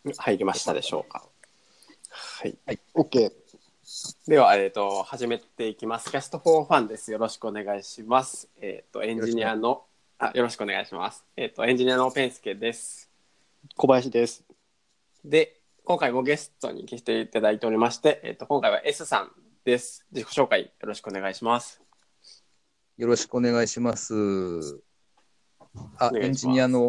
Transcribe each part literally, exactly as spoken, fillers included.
入りましたでしょうか。はい。 はい、OK。 では、えっ、と、始めていきます。キャストフォーファンです。よろしくお願いします。えっ、と、エンジニアの、あ、よろしくお願いします。えっ、と、エンジニアのペンスケです。 小林です。 で、今回もゲストに来ていただいておりまして、えっ、と、今回は S さんです。自己紹介よろしくお願いします。 よろしくお願いします。あ、エンお願いします。 ジニアの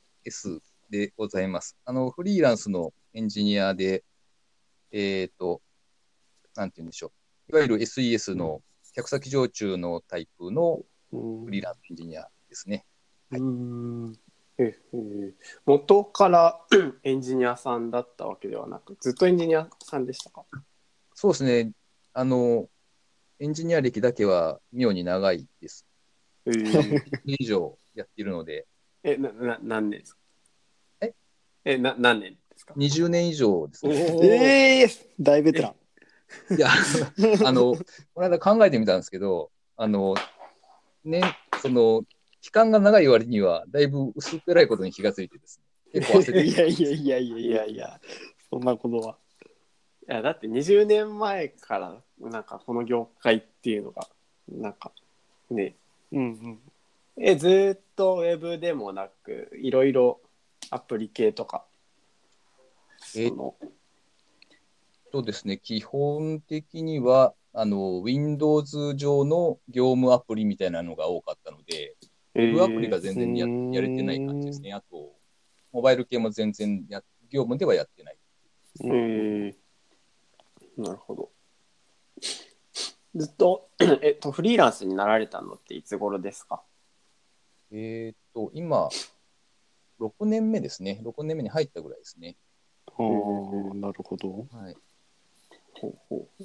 S でございます。あの、フリーランスのエンジニアで、えっと、なんて言うんでしょう。いわゆる エスイーエス の客先常駐のタイプのフリーランスエンジニアですね。 うーん。ええ元からエンジニアさんだったわけではなく、ずっとエンジニアさんでしたか？ そうですね。あの、エンジニア歴だけは妙に長いです。 えじゅうねんー、 以上やっているので、 え、な、な、何年ですか？ ええ、な、何年ですか？ にじゅうねん以上ですおね。 えー、大ベテラン。 いや、あの、この間考えてみたんですけど、あの、ね、その、期間が長い割には、だいぶ薄っぺらいことに気がついてですね、結構焦っている。 やいやいやいやいいややいや、 そんなことは。 いや、だってにじゅうねんまえから、なんかこの業界っていうのが、なんかね、 うんうん。 え、ずーっとウェブでもなく、いろいろアプリ系とか、 えっその、 とですね、基本的には、あの、Windows 上の業務アプリみたいなのが多かったので、 え Web アプリがー、 全うー然や、やれてない感じですん。 ね。あと、モバイル系も全然や、業務ではやってない。 えうんー、なるほど。ずっと、えっと、フリーランスになられたのっていつ頃ですか？ えっと、今、ろくねんめですね。ろくねんめに入ったぐらいですね。 あえー、 あ、なるほど。 はい。 ほうほう。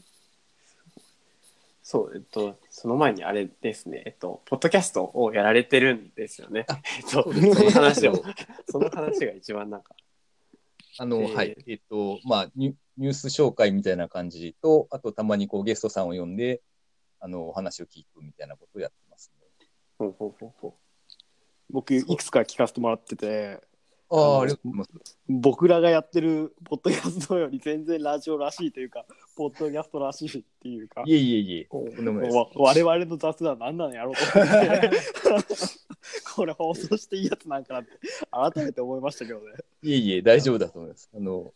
そう、えっと、その前にあれですね、えっと、ポッドキャストをやられてるんですよね。 あ、 えっと、 そうですそのね。えっ話を、 と、 その話が一番なんか、 あの、はい。 ええっと、まあニュ、ニュース紹介みたいな感じと、あとたまにこうゲストさんを呼んで、あの、お話を聞くみたいなことをやってますね。 ー、ほうほうほうほう。 僕、いそう。 くつか聞かせてもらってて、 ああ、ありあの、 がとうございます。 僕らがやってるポッドキャストより全然ラジオらしいというか、ポッドキャストらしいっていうか、 いえいえいえ、 おとんでもないです。 わ我々の雑談何なのやろうと思ってこれ放送していいやつなんかなって改めて思いましたけどね。 いえいえ、大丈夫だと思います。あの、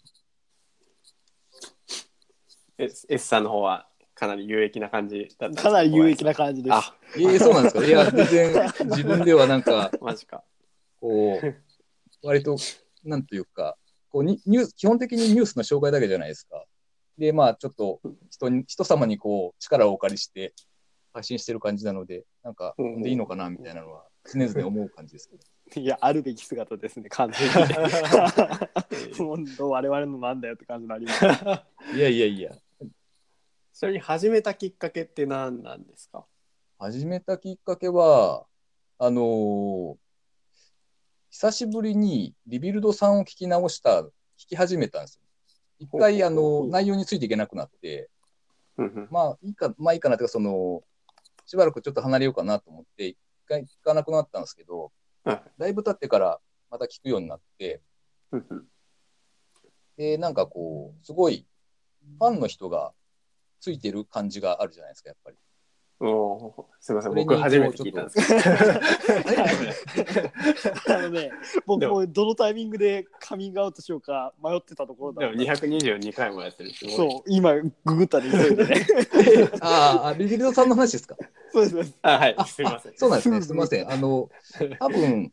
S, S さんの方はかなり有益な感じだったんですかなり有益な感感じです。 あ、 ええそうなんですか。いや、全然自分ではなんか、 マジか。 こう、割と、なんというか、こうにニュース、基本的にニュースの紹介だけじゃないですか。で、まあ、ちょっと人に、人様にこう、力をお借りして発信してる感じなので、なんか、 うんこんでいいのかなみたいなのは、常々思う感じですけど。 いや、あるべき姿ですね、完全に。本当、我々のなんだよって感じになります。 いやいやいや、 それに始めたきっかけって何なんですか？ 始めたきっかけは、あのー久しぶりにリビルドさんを聞き直した、聞き始めたんですよ。一ほうほ回、あの、 うほうほう。 内容についていけなくなって、 うんうん。 まあ、いいか、まあいいかなというか、その、しばらくちょっと離れようかなと思って、一回聞かなくなったんですけど、 はい。 だいぶ経ってからまた聞くようになって、 うんうん。 で、なんかこう、すごいファンの人がついてる感じがあるじゃないですか、やっぱり。 おー、すみません、 それに、 僕初めこう、ちょっと、 て聞いたんですけど。 あのね、僕もどのタイミングでカミングアウトしようか迷ってたところだでもった。 にひゃくにじゅうにかいもやってる。すごい。 そう、今ググったで急いでね。 ああ、リビルドさんの話ですか。 そうですそうです。 あ、はい、 あ、あ、 すみません。 そうなんですね。 すぐググったすみません。あの、多分、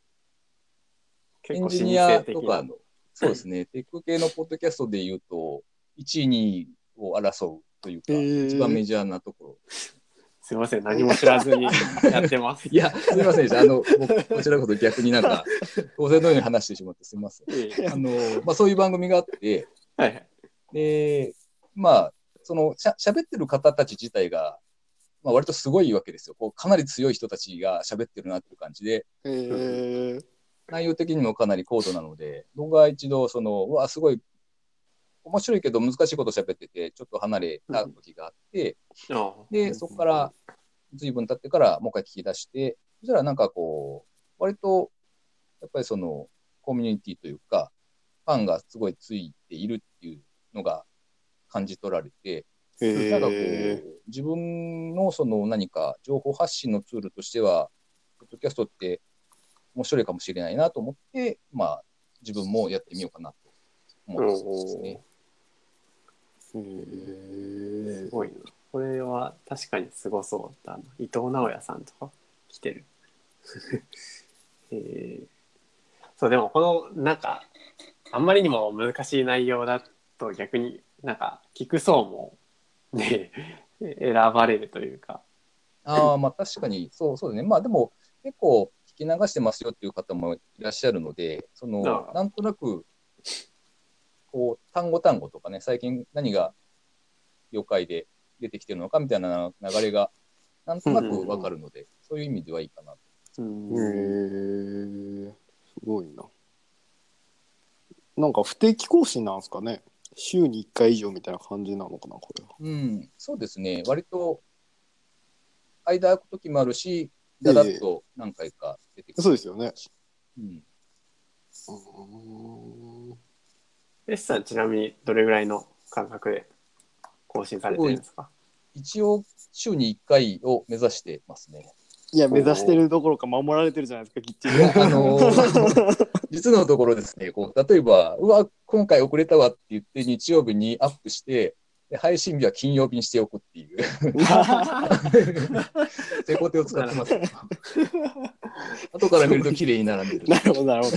エ結構ンジニ老舗アと的な。 かの、そうですね、テック系のポッドキャストで言うと、いちい、にいを争うというえか、一番メー、 ジャーなところ。 すみません、何も知らずにやってます。 いや、すみませんでした。あの、僕、こちらこそ逆になんか、当然のように話してしまってすみません。 いえいえ。 あの、まあ、そういう番組があって、 はいはい。 で、まあ、その、しゃ、喋ってる方たち自体が、まあ、割とすごいわけですよ。こう、かなり強い人たちが喋ってるなっていう感じで、 えうんうん。 ー、 内容的にもかなり高度なので、僕が一度、その、うわ、すごい面白いけど難しいこと喋ってて、ちょっと離れた時があって、 ああ。 で、そこから随分経ってからもう一回聞き出して、そしたらなんかこう、割と、やっぱりその、コミュニティというか、 ファンがすごいついているっていうのが感じ取られて、 へなんかこえ。 う、自分のその何か情報発信のツールとしては、ポッドキャストって面白いかもしれないなと思って、まあ、自分もやってみようかなと思ってますね。 へえ。 すごいな。これは確かにすごそうだな。伊藤直哉さんとか来てる。えー、そうでもこのなんかあんまりにも難しい内容だと逆になんか聞く層もね選ばれるというか。 ああ、まあ確かに、そうそうですね。まあでも、結構聞き流してますよっていう方もいらっしゃるので、その、 あなんとなく、こう、単語単語とかね、最近何が業界で出てきてるのかみたいな流れが、なんとなくわかるので、そういう意味ではいいかなと。 うへんえ。すごいな。なんか不定期更新なんですかね。週にいっかい以上みたいな感じなのかな、これは。 うん、そうですね。割と、間空く時もあるし、 ええだだっと何回か出てくる。 そうですよね。 うんエスさんちなみにどれぐらいの間隔で更新されてるんですか？ 一応、週にいっかいを目指してますね。 いや、目指してるどころか守られてるじゃないですか、きっちり。 いや、あのー実のところですね、こう例えば、うわ、今回遅れたわって言って日曜日にアップして、で配信日は金曜日にしておくっていう、手こ手を使ってますよ。後から見ると綺麗に並んでる。 なるほど、なるほど。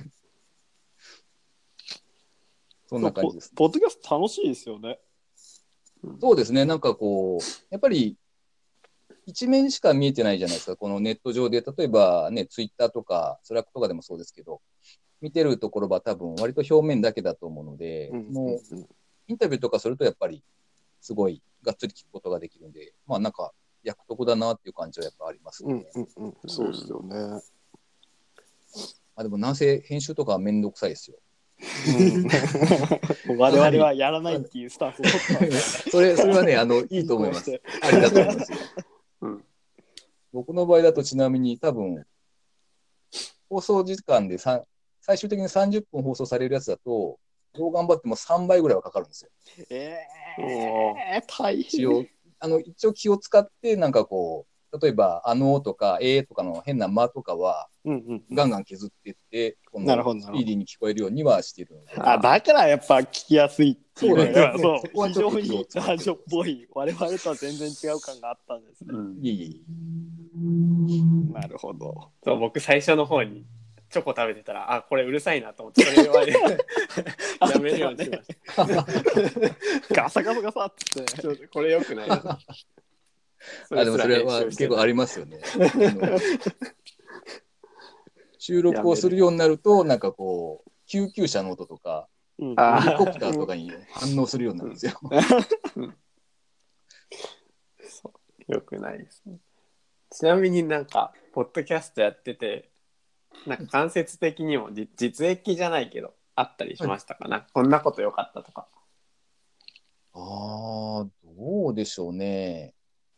そんな感じです、ね。 ポッドキャスト楽しいですよね。 そうですね、なんかこう、やっぱり、一面しか見えてないじゃないですか、このネット上で、例えばね、ツイッターとか、スラックとかでもそうですけど、見てるところは多分割と表面だけだと思うので、 うんもうインタビューとかするとやっぱりすごいがっつり聞くことができるんで、まあなんか役得だなっていう感じはやっぱありますね。 うんうんうん、そうですよね。 まあでもなんせ編集とかはめんどくさいですよ。 うん、我々はやらないっていうスタンスを取ったんですそれ、それはね、あの、いいと思います。ありだと思いますよ。 うん、 僕の場合だとちなみに多分、放送時間でさ最終的にさんじゅっぷん放送されるやつだと、どう頑張ってもさんばいぐらいはかかるんですよ。 えー、大変。 一応、あの、一応気を使って、なんかこう、例えば、あのとか、えーとかの変な間とかは、 うんうんうん、 ガンガン削っていって、こなるほのスどなるほど。 ピーディーに聞こえるようにはしてるので。 あ、だからやっぱ聞きやすいっていうそうか、 ですねそう、 そこは非ちょっと気を常に使ってラジオっぽい、我々とは全然違う感があったんですね。 うん、 いえいえいなるほど。 そう僕最初の方にチョコ食べてたらあこれうるさいなと思ってそれ言われてやめるようにしましガサガサガサっつってた。ちょっとこれ良くないな。 え。あ、でもそれは編集して結構ありますよね。あの収録をするようになると、なんかこう、救急車の音とか、 うんあヘリコプターとかに反応するようになるんですよ。 そう良くないですね。ちなみになんかポッドキャストやっててなんか間接的にもじ実益じゃないけどあったりしましたかな、はい、こんなこと良かったとか。 ああ、どうでしょうね。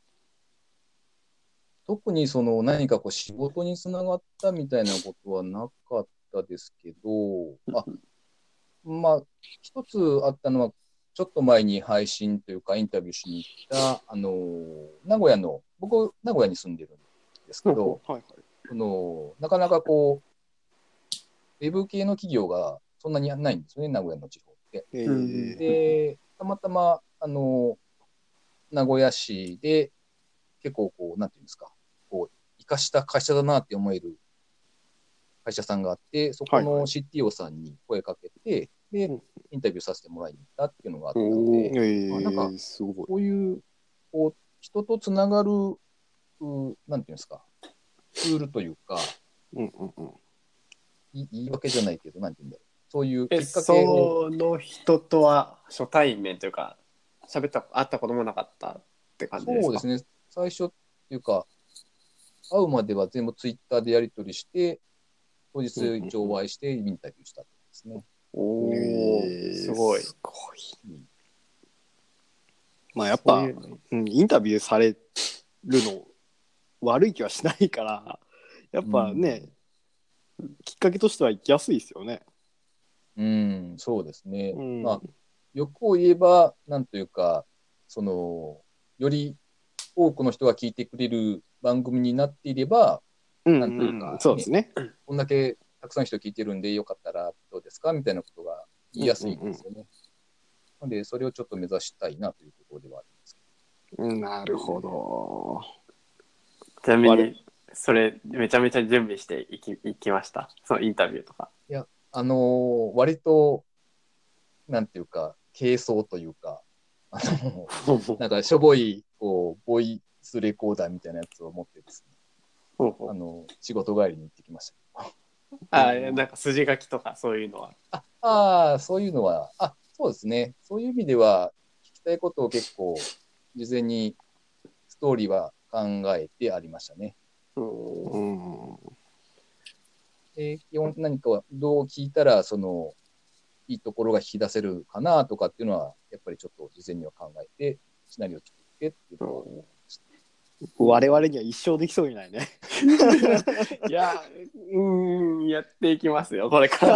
特にその何かこう仕事につながったみたいなことはなかったですけど、あ、まあ、一つあったのは、ちょっと前に配信というかインタビューしに行った、あの、名古屋の、僕、名古屋に住んでるんですけど、 はいはい、 そのなかなかこう、ウェブ系の企業がそんなにないんですよね、名古屋の地方って。 えー、 で、たまたま、あの、名古屋市で結構こう、なんていうんですか、こう、生かした会社だなって思える会社さんがあって、そこの シーティーオー さんに声かけて、はいはい、で、インタビューさせてもらいに行ったっていうのがあったので、 えー、 まあ、なんか、こういう、こう、人とつながる、うなんていうんですか、ツールというか、 うんうんうん、 い言い訳じゃないけど、なんていうんだろう。そういうきっかけを。その人とは初対面というか、喋った、会ったこともなかったって感じですか？ そうですね。最初っていうか、会うまでは全部ツイッターでやり取りして、当日上映してインタビューしたんですね。 おー、すごい。 すごい。うん、まあやっぱうう、うん、インタビューされるの悪い気はしないから、やっぱね、うん、きっかけとしては行きやすいですよね。 うん、そうですね。 うんまあ、欲を言えば、なんというか、その、より多くの人が聞いてくれる番組になっていれば、 うんなんといううん、 か、ね、 そうですね。 こんだけたくさんの人聞いてるんで、よかったらどうですかみたいなことが言いやすいんですよね。なので、それをちょっと目指したいなというところではありますけうんなるほど。 ちなみあれにそれめちゃめちゃ準備していき、いきました。そのインタビューとか。 ど。いや、あのー割と、なんていうか、軽装というか、あのなんかしょぼい、こう、ボイスレコーダーみたいなやつを持ってですね、 ほうほうあの、仕事帰りに行ってきました。 あ、なんか筋書きとかそういうのは。 ああー、そういうのは、あ、そうですね。そういう意味では、聞きたいことを結構、事前にストーリーは考えてありましたね。 うんうんで、基本何かはどう聞いたら、その、いいところが引き出せるかなとかっていうのは、やっぱりちょっと事前には考えて、シナリオを作ってっていうのは、 我々には一生できそうにないね。 いや、うーん、やっていきますよ、これから。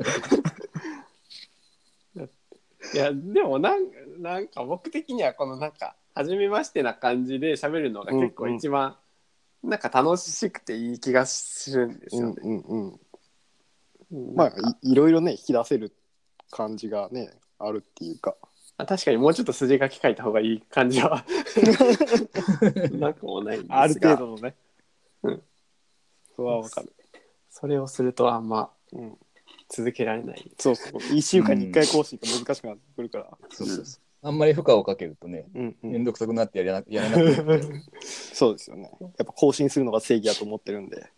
いや、でもなんか、なんか僕的にはこのなんか、初めましてな感じで喋るのが結構一番、なんか楽しくていい気がするんですうんよね。 うんうん。 うんまなんかあいいろいろね引き出せる感じがねあるっていうか。 あ確かにもうちょっと筋書き書いた方がいい感じはなくもないんですが、 ある程度のね。 うん。 それはわかる。 それをするとあんまうん。 続けられない。 そうそう。いっしゅうかんにいっかい更新が難しくなってくるから。 そうそうそう。あんまり負荷をかけるとね、 うんうめんん。 どくさくなってやれなやれなくなっちゃう。 そうですよね。やっぱ更新するのが正義だと思ってるんで。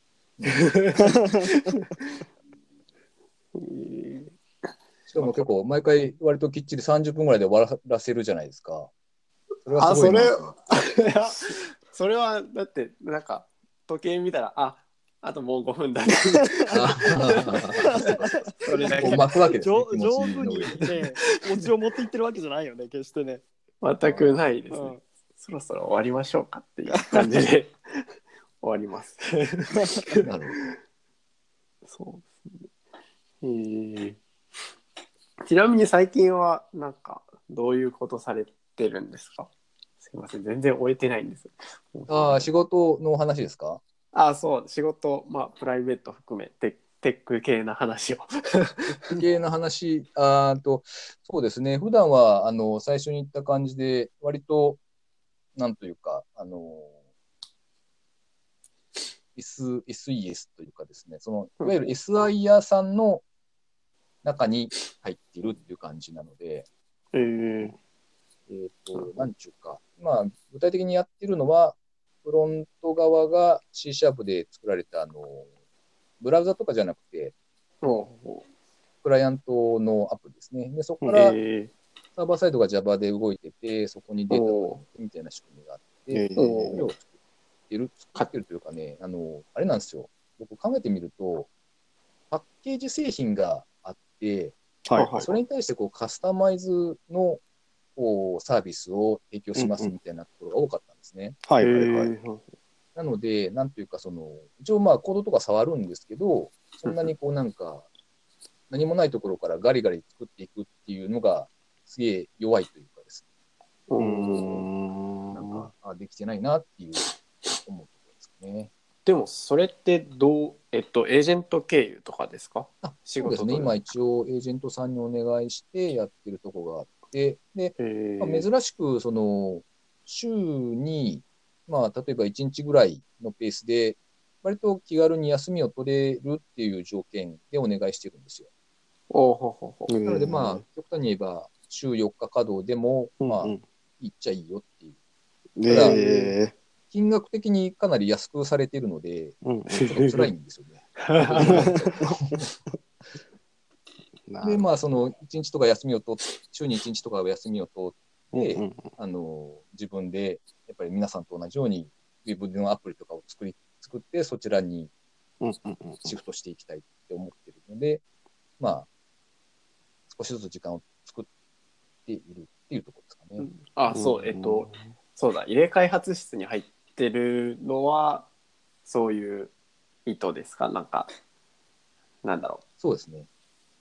しかも結構毎回割ときっちりさんじゅっぷんぐらいで終わらせるじゃないですか。それはすあ、それごいなと思って。 いやそれはだってなんか時計見たらああともうごふんだね。それだけこう巻くわけですね上。 気持上手にちの上に。 ね、オチを持っていってるわけじゃないよね、決してね。 全くないですね。 うんそろそろ終わりましょうかっていう感じで終わります。 なるそうですね。えーちなみに最近はなんかどういうことされてるんですか？すいません、全然終えてないんです。 ほど。ああ、仕事の話ですか？ あ、そう、仕事、まあプライベート含めテテック系な話を。 系の話、あーと、そうですね。普段は、あの、最初に言った感じで、割と、なんというか、あの、S、エスイーエス というかですね、その、いわゆる エスアイ 屋さんの中に入っているっていう感じなので、 えー、 えっと、なんちゅうか、まあ、具体的にやってるのは、フロント側が C シャープで作られた、あの、ブラウザとかじゃなくて、 おクライアントのアプリですね。で、そこうからえサーバーサイドが Java で動いてて、そこにデータがおみたいな仕組みがあっえて、 おそれを作ってる、作ってるというかね、あの、あれなんですよ。僕考えてみると、パッケージ製品があって、 はいはいそれに対してこうカスタマイズのこうサービスを提供しますみたいなところが多かったんですね。 はいえはいはい。 ーなので、なんというか、その、一応まあコードとか触るんですけど、そんなにこうなんか、何もないところからガリガリ作っていくっていうのが、すげえ弱いというかですうーね、 ん。 なんか、あできてないなっていう思うところですね。 でもそれってどう、えっと、エージェント経由とかですか？ あ、 仕そうですね。 事と今一応エージェントさんにお願いしてやってるところがあって、で、 えまあ、 ー、 珍しく、その、週に、まあ、例えばいちにちぐらいのペースで、割と気軽に休みを取れるっていう条件でお願いしてるんですよ。 おほほほ。 なので、まあ、極端に言えば、週よっか稼働でも、まあ、 うんうんいっちゃいいよっていう。 うん。 ただえ金額的にかなり安くされているので、 ーうんちょっと辛いんですよね。で、 なるまあ、そのいちにちとか休みを取って、週にいちにちとか休みを取って、 うんうんあの、自分で、やっぱり皆さんと同じように、ウェブのアプリとかを作り、作って、そちらにうんうんうんシフトしていきたいって思ってるので、まあ、少しずつ時間を作っているっていうところですかね。 あ、そう、えっと、そうだ、入れ開発室に入ってるのは、そういう意図ですか？なんか、なんだろそうですね。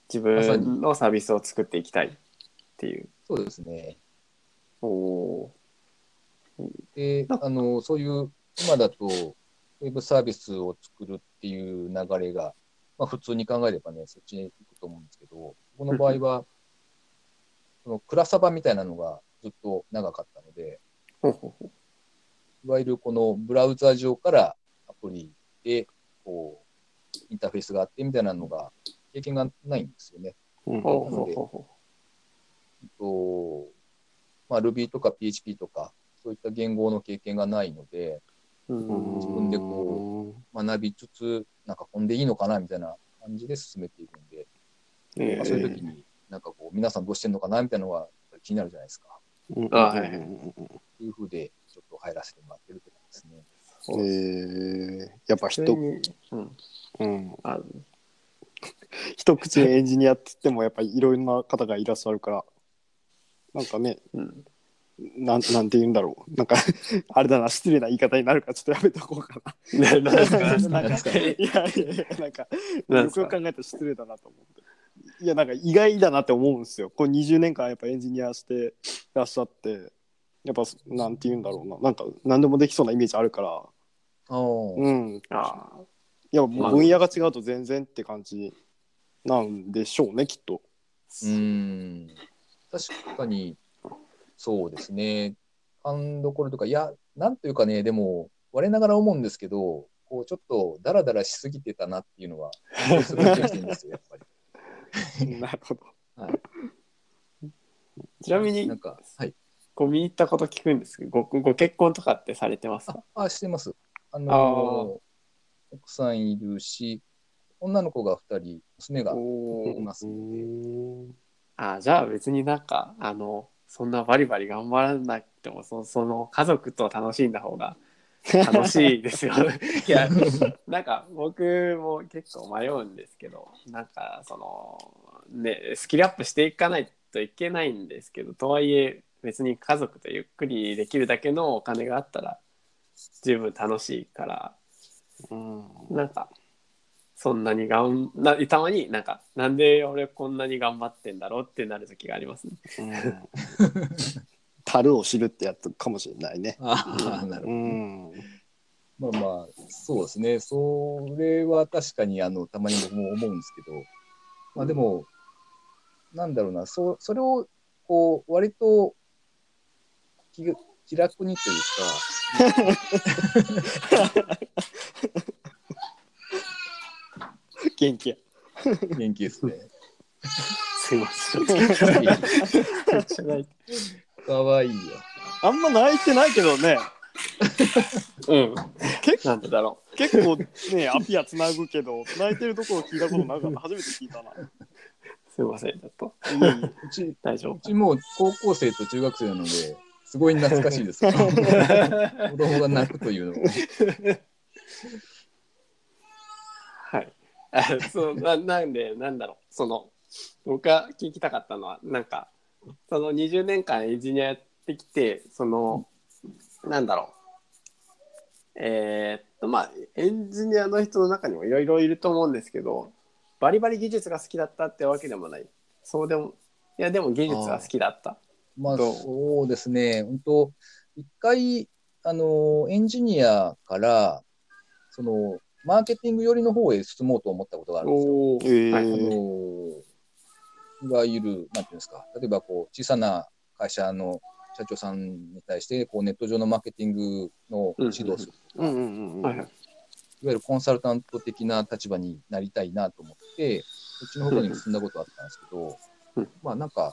自まさに分のサービスを作っていきたいっていう。 そうですね。 おおで、 なんかあの、そういう今だとウェブサービスを作るっていう流れが、まあ普通に考えればね、そっちに行くと思うんですけど、この場合は、そのクラサバみたいなのがずっと長かったので、 ほうほうほいわゆるこのブラウザ上からアプリで、こう、インターフェースがあってみたいなのが、経験がないんですよね。 うんうほうなので、 ほうほうほとまあ、Ruby とか ピーエイチピー とか、そういった言語の経験がないので、 う。うん自分でこう、学びつつ、なんかこんでいいのかなみたいな感じで進めているんで、 えまあ、そういうー時に、なんかこう、皆さんどうしてんのかなみたいなのが気になるじゃないですか。 うんあはいはいっていうふうで、ちょっと入らせてもらってるって感じですね。 そうえー、やっぱ人、 普通に、うん、 うん、 あ一口にエンジニアって言ってもやっぱりいろんな方がいらっしゃるから、なんかね、 うんなんなんて言うんだろう、なんかあれだな、失礼な言い方になるからちょっとやめとこうかな。 ななんですかなんですかなんかいやいやいや、なんかなんですかよくよく考えたら失礼だなと思って。いや、なんか意外だなって思うんですよ。これにじゅうねんかんやっぱエンジニアしてらっしゃって、やっぱなんて言うんだろうな、なんか何でもできそうなイメージあるから、 ああ、 うん、いああやまあ分野が違うと全然って感じなんでしょうね、きっと。 うーん。確かに、そうですね。勘どころとか、いや、なんというかね、でも、我ながら思うんですけど、こう、ちょっとダラダラしすぎてたなっていうのは、反省する気がしてるんですよ、やっぱり。 なるほど。 はい。 ちなみになんか、はい。 込み入ったこと聞くんですけど、ごご結婚とかってされてますあ、 か？ あ、してます。あのああー奥さんいるし、女の子がふたり、娘がいおーますので、 あーじゃあ別になんかあのそんなバリバリ頑張らなくてもそその家族と楽しんだ方が楽しいですよいやなんか僕も結構迷うんですけどなんかそのねスキルアップしていかないといけないんですけどとはいえ別に家族とゆっくりできるだけのお金があったら十分楽しいからうんなんかそんなにがんなたまになんかなんで俺こんなに頑張ってんだろうってなる時がありますね。 うん樽を知るってやつかもしれないね。 ああ、なるほうどね。 ん。 まあまあ、そうですね。それは確かに、あの、たまに僕も思うんですけど、まあでも、なんだろうな、そう、それを、こう、割と気が気楽にという元気や。 か、元気ですね。 すいません。 かわいいよ。 あんま泣いてないけどね。 うん。 結なんでだろ結構ね、アピアつなぐけど、泣いてるところ聞いたことなかった。初めて聞いたな。 う。すいません。ちょっといえいえ。 うち、 大丈夫。 うちもう高校生と中学生なので、すごい懐かしいです。子供が泣くというのは。 はいあそうななんでなんだろうその僕が聞きたかったのはなんかそのにじゅうねんかんエンジニアやってきてそのなんだろうえーっとまあエンジニアの人の中にもいろいろいると思うんですけどバリバリ技術が好きだったってわけでもないそうでもいやでも技術が好きだったまあどうそうですね。本当一回、あの、エンジニアから、その、マーケティング寄りの方へ進もうと思ったことがあるんですよ。 おーはいあえの、いわゆる、なんていうんですか、例えばこう、小さな会社の社長さんに対して、こう、ネット上のマーケティングの指導するとか、 うんうんうん。 はいはいいわゆるコンサルタント的な立場になりたいなと思って、そっちの方に進んだことあったんですけど、 うんまあなんか、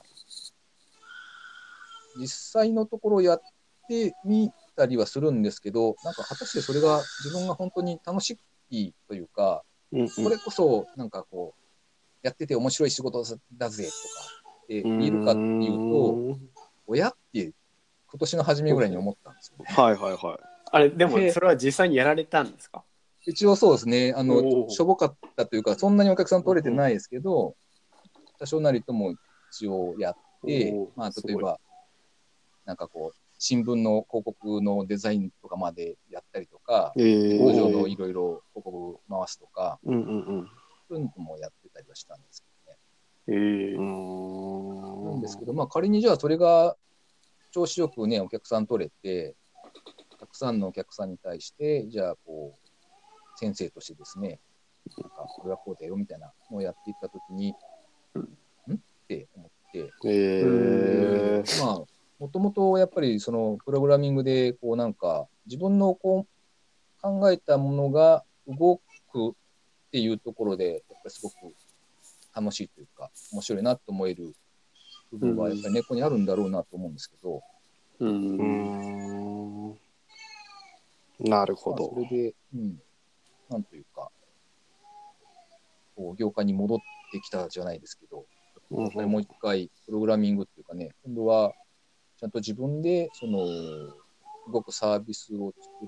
実際のところやってみたりはするんですけど、なんか果たしてそれが自分が本当に楽しいというか、 うんうんこれこそなんかこう、やってて面白い仕事だぜとかって言えるかっていうと、親って今年の初めぐらいに思ったんですよね。 はいはいはい。 あれでもでそれは実際にやられたんですか？ 一応そうですね、あの、 おーしょぼかったというか、そんなにお客さん取れてないですけど、多少なりとも一応やっておー、 まあ、 すごい例えば、なんかこう、新聞の広告のデザインとかまでやったりとか、 えー、 ネット上のいろいろ広告回すとか、 うんうんうん。 そういうのもやってたりはしたんですけどね。 えーうーんなんですけど、まあ仮にじゃあそれが調子よくね、お客さん取れて、たくさんのお客さんに対して、じゃあこう、先生としてですね、なんかこれはこうだよみたいなのをやっていったときに、 うんんって思って、 えー、 まあ、もともとやっぱりそのプログラミングで、こうなんか自分のこう考えたものが動くっていうところで、やっぱりすごく楽しいというか、面白いなと思える部分はやっぱり根っこにあるんだろうなと思うんですけど、 う。 うんーんなるほまあ、 ど。 それで、うん、なんというか、こう業界に戻ってきたじゃないですけど、やっぱりもう一回プログラミングっていうかね、今度はちゃんと自分でその動くサービスを作って、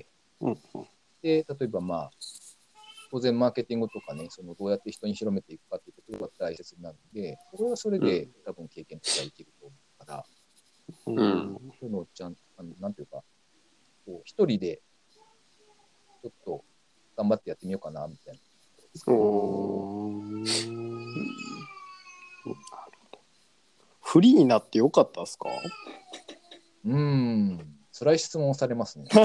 うんうんで、例えばまあ、当然マーケティングとかね、そのどうやって人に広めていくかっていうことが大切になるので、それはそれで多分経験としては生きると思うから、 うんうんそういうのをちゃん、あのなんていうか、こう一人でちょっと頑張ってやってみようかな、みたいな。 おーうーんフリーになってよかったですか？ うーん、辛い質問をされますね。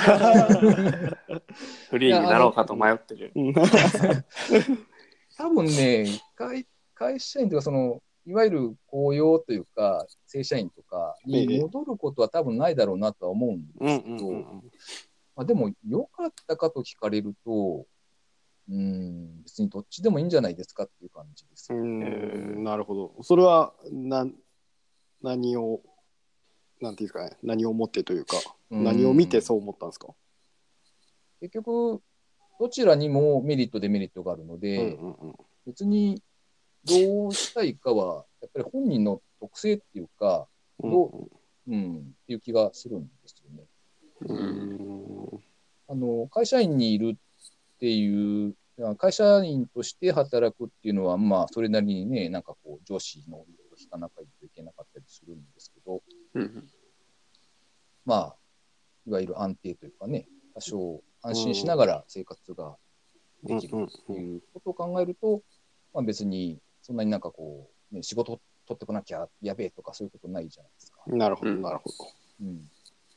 フリーになろうかと迷ってる。 うん多分ね、会会社員というか、その、いわゆる雇用というか、正社員とかに戻ることは多分ないだろうなとは思うんうんですけど、 うんまあ、でも、良かったかと聞かれると、うーん、別にどっちでもいいんじゃないですかっていう感じですうよ。 んなるほど。それはな何をなんていうんですかね、何を思ってというか、 うん何を見てそう思ったんですか？ 結局、どちらにもメリット、デメリットがあるので、 うんうん別にどうしたいかは、やっぱり本人の特性っていうか、 うんどう、うん、っていう気がするんですよね。 うんあの、会社員にいるっていう、会社員として働くっていうのは、まあ、それなりにね、なんかこう、上司の言うことを聞かなきゃいけなかったりするんですけど、 うんまあ、いわゆる安定というかね、多少安心しながら生活ができるっていうことを考えると、まあ、別にそんなになんかこう、ね、仕事取ってこなきゃやべえとかそういうことないじゃないですか。 なるほどうんなるほうん。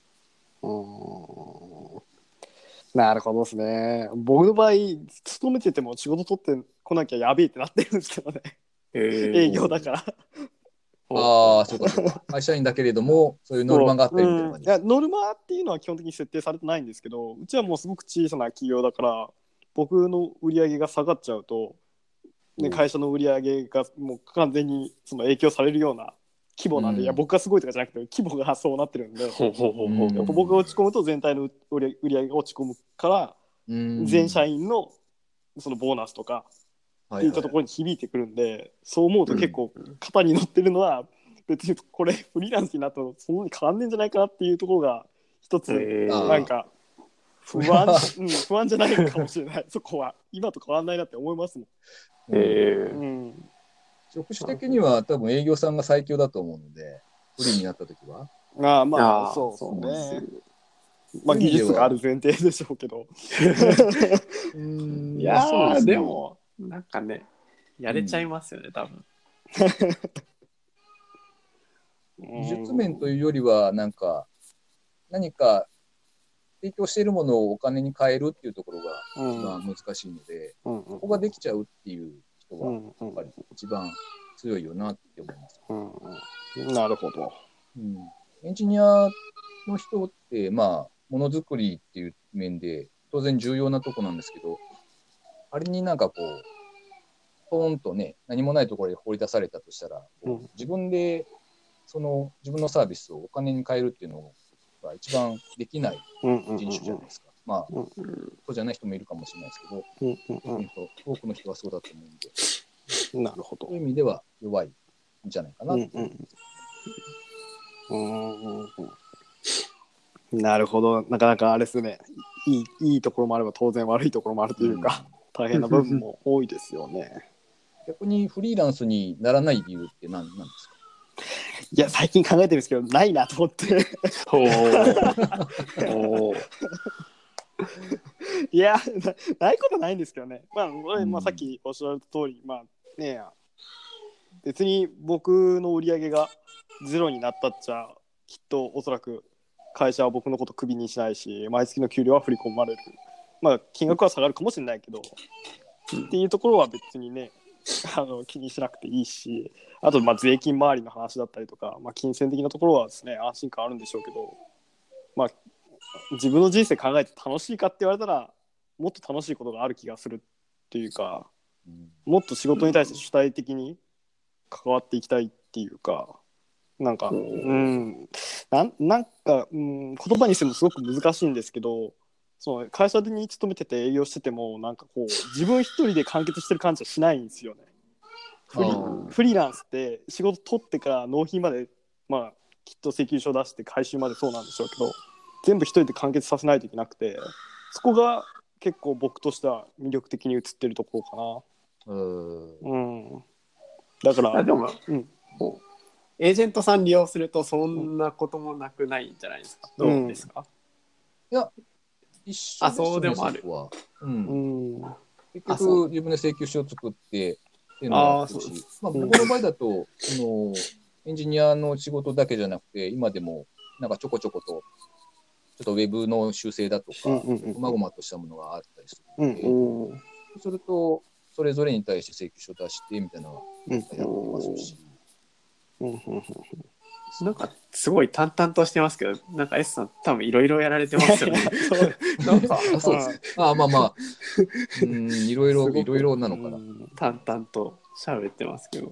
ど。うんなるほどですね。僕の場合勤めてても仕事取ってこなきゃやべえってなってるんですけどね。 えー営業だから。 ああ、そうかそうか。会社員だけれども、そういうノルマがあったりみたいな感じです。 うんいやノルマっていうのは基本的に設定されてないんですけど、うちはもうすごく小さな企業だから僕の売り上げが下がっちゃうと、ね、会社の売り上げがもう完全にその影響されるような規模なんで、 うんいや僕がすごいとかじゃなくて規模がそうなってるんで、 ほうほうほうほううんやっぱ僕が落ち込むと全体の売り売り上げが落ち込むからうん全社員のそのボーナスとかっていったところに響いてくるんで、そう思うと結構肩に乗ってるのは別にこれフリーランスになったらそんなに変わんねえんじゃないかなっていうところが一つえーなんか不安、うん、不安じゃないかもしれないそこは今と変わんないなって思いますもん、 えーうん、 職種的には多分営業さんが最強だと思うので、フリーになった時は。 まあまああーそうですそうねまあ技術がある前提でしょうけどうんいやーそうですねでもなんかねやれちゃいますよね、多分。 技術面というよりは、なんか、何か提供しているものをお金に変えるっていうところが一番難しいので、 うんうんここができちゃうっていう人は、 うんうんやっぱり一番強いよなって思います。 うんうんなるほどうん、エンジニアの人って、まあ、ものづくりっていう面で、当然重要なとこなんですけど、あれになんかこう、ポーンとね、何もないところで放り出されたとしたら、こううん自分で、その自分のサービスをお金に変えるっていうのが一番できないうんうんうん人種じゃないですか。まあ、 うんうんそうじゃない人もいるかもしれないですけど、 うんうん逆に言うと多くの人はそうだと思うんで、 うんなるほどそういう意味では弱いんじゃないかなって思います。 うんなるほどなかなかあれですねいいいいところもあれば当然悪いところもあるというか、大変な部分も多いですよね逆にフリーランスにならない理由って何なんですか？ いや最近考えてるんですけどないなと思ってほうおーいやなないことはないんですけどね、まあ俺うんまあ、さっきおっしゃる通りまあね別に僕の売り上げがゼロになったっちゃきっとおそらく会社は僕のことクビにしないし、毎月の給料は振り込まれる、まあ金額は下がるかもしれないけど、うん、っていうところは別にねあの気にしなくていいし、あとまあ税金周りの話だったりとか、まあ、金銭的なところはですね安心感あるんでしょうけど、まあ自分の人生考えて楽しいかって言われたらもっと楽しいことがある気がするっていうか、うん、もっと仕事に対して主体的に関わっていきたいっていうか、なんか、うん、な, なんか、うん、言葉にするのすごく難しいんですけど、その会社に勤めてて営業しててもなんかこう自分一人で完結してる感じはしないんですよね。フリ, フリーランスって仕事取ってから納品まで、まあきっと請求書出して回収までそうなんでしょうけど、全部一人で完結させないといけなくて、そこが結構僕としては魅力的に映ってるところかな。うん、うん、だからでも、うん、エージェントさん利用するとそんなこともなくないんじゃないですか、うん、どうですか？ いや一緒ですね。あ、そうでもある。そこは、うんうん、結局自分で請求書を作ってっていうのもあるし、まあ、僕の場合だとそのエンジニアの仕事だけじゃなくて今でもなんかちょこちょことちょっとウェブの修正だとか、うんうんうん、細々としたものがあったりするので、うんうん、そうするとそれぞれに対して請求書を出してみたいなのをやってますし、 うんうんうんうん、なんかすごい淡々としてますけど、なんか S さん多分いろいろやられてますよね。 なんかあそうです。あまあまあ、うんいろいろいろいろなのかな。 淡々と喋ってますけど、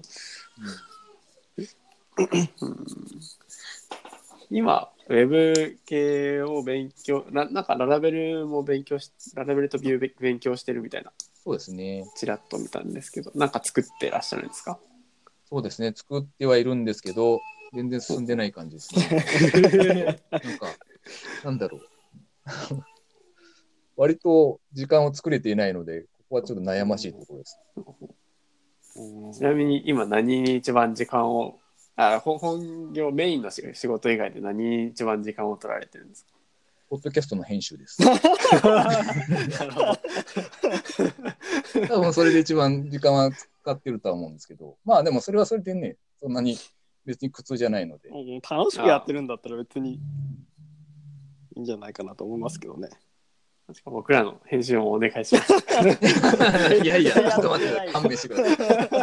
うん、今ウェブ系を勉強な、なんかララベルも勉強しララベルとビュー勉強してるみたいな。 そうですね。 ちらっと見たんですけど、なんか作ってらっしゃるんですか？ そうですね。作ってはいるんですけど、全然進んでない感じですね。なんか、なんだろう。割と時間を作れていないので、ここはちょっと悩ましいところです。 ちなみに今何に一番時間を、あ、本業メインの仕事以外で何に一番時間を取られてるんですか？ ポッドキャストの編集です。多分それで一番時間は使ってるとは思うんですけど、まあでもそれはそれでね、そんなに別に苦痛じゃないので。 楽しくやってるんだったら別にいいんじゃないかなと思いますけどね。 確か僕らの編集もお願いします。 いやいや、ちょっと待って、勘弁してください。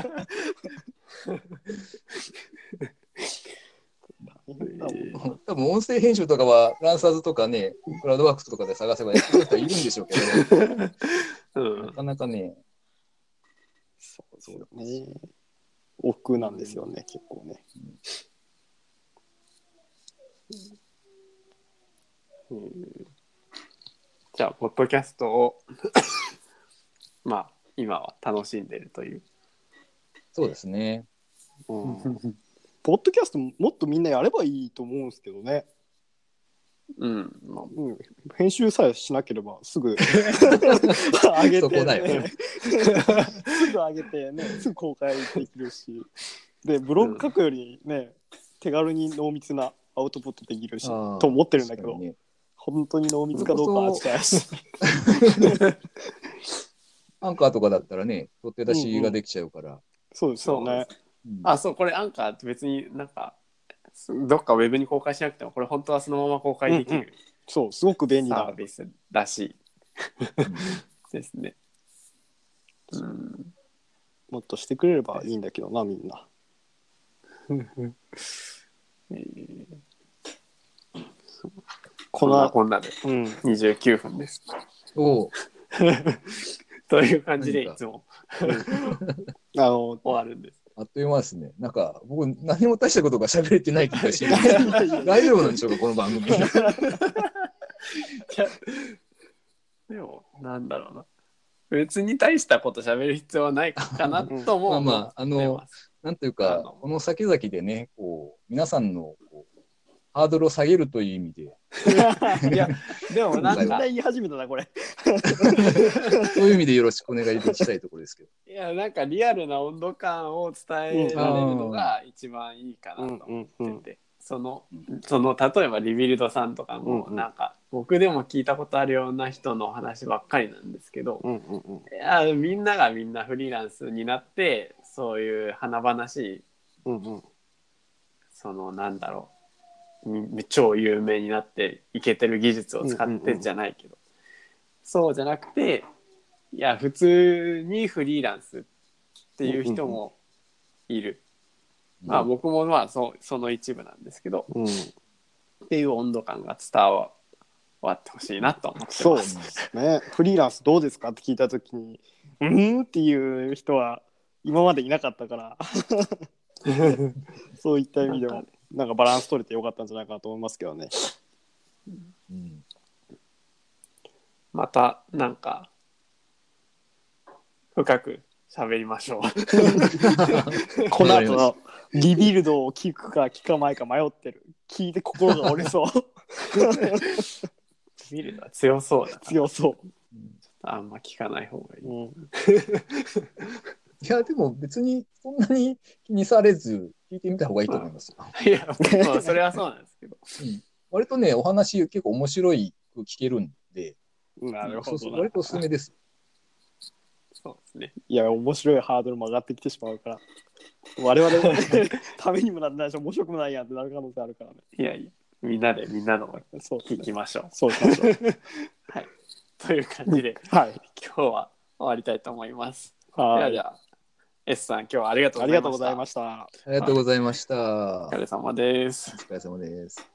多分音声編集とかはランサーズとかね、クラウドワークスとかで探せばやってる人はいるんでしょうけど、うん、なかなかね、 そうですよね。億劫なんですよね、結構ね。 うんうん、じゃあ、ポッドキャストをまあ、今は楽しんでるという。 そうですね。 うん、ポッドキャストもっとみんなやればいいと思うんですけどね。 うんまあうん、編集さえしなければすぐ上げて、ね、 そこだよすぐ上げてね、すぐ公開できるし、でブログ書くよりね、うん、手軽に濃密なアウトプットできるしと思ってるんだけど、ね、本当に濃密かどうかは違うし。 アンカーとかだったらね、取って出しができちゃうから。うんうん、 そうですよね。 うん、あ、そう、これアンカーって別になんかどっかウェブに公開しなくてもこれ本当はそのまま公開できる、うんうん、 そうすごく便利なサービスらしいですね、うん、 もっとしてくれればいいんだけどなみんな、 えー、 こんなこんなでにじゅうきゅうふんです、 うん、おという感じでいつもあの終わるんです。 あっという間ですね。なんか僕何も大したことが喋れてない気がして大丈夫なんでしょうかこの番組。 でもなんだろうな、別に大したこと喋る必要はないかなとも思ってます。まあまああのなんというかこの先々でねこう皆さんのこうハードルを下げるという意味で。 いやでもなんか言い始めたなこれ。 そういう意味でよろしくお願いしたいところですけど。 いやなんかリアルな温度感を伝えられるのが一番いいかなと思ってて、うんうんうん、そのその例えばリビルドさんとかもなんか、うんうん、僕でも聞いたことあるような人の話ばっかりなんですけど、うんうんうん、いやみんながみんなフリーランスになってそういう華々しいうんうんそのなんだろうみ超有名になってイケてる技術を使ってじゃないけど、そうじゃなくていや普通にフリーランスっていう人もいる、まあ僕もまあ そ, その一部なんですけど、 うん、 っていう温度感が伝わってほしいなと思ってます。 そうですね。フリーランスどうですかって聞いたときにうーんっていう人は今までいなかったからそういった意味でもなんかバランス取れてよかったんじゃないかなと思いますけどね。 うん、 またなんか深く喋りましょうこの後のリビルドを聞くか聞かないか迷ってる。聞いて心が折れそうリビルドは強そうだから強そう、 あんま聞かない方がいい、 うん、 いやでも別にそんなに気にされず聞いてみた方がいいと思いますよ。 いや、まあ、それはそうなんですけど、 うん、割とねお話結構面白いく聞けるんで、 なるほどな。 そうそう割とおすすめです。 そうですね。 いや面白いハードルも上がってきてしまうから我々の、ね、ためにもならないし面白くもないやんってなる可能性あるからね。 いやいやみんなでみんなのそう聞きましょう。 そうしましょうはいという感じで、 はい、 今日は終わりたいと思います。 はい、 ではじゃあ S さん今日はありがとうありがとうございました。 した。 ありがとうございました。 お疲れ様です。 お疲れ様です。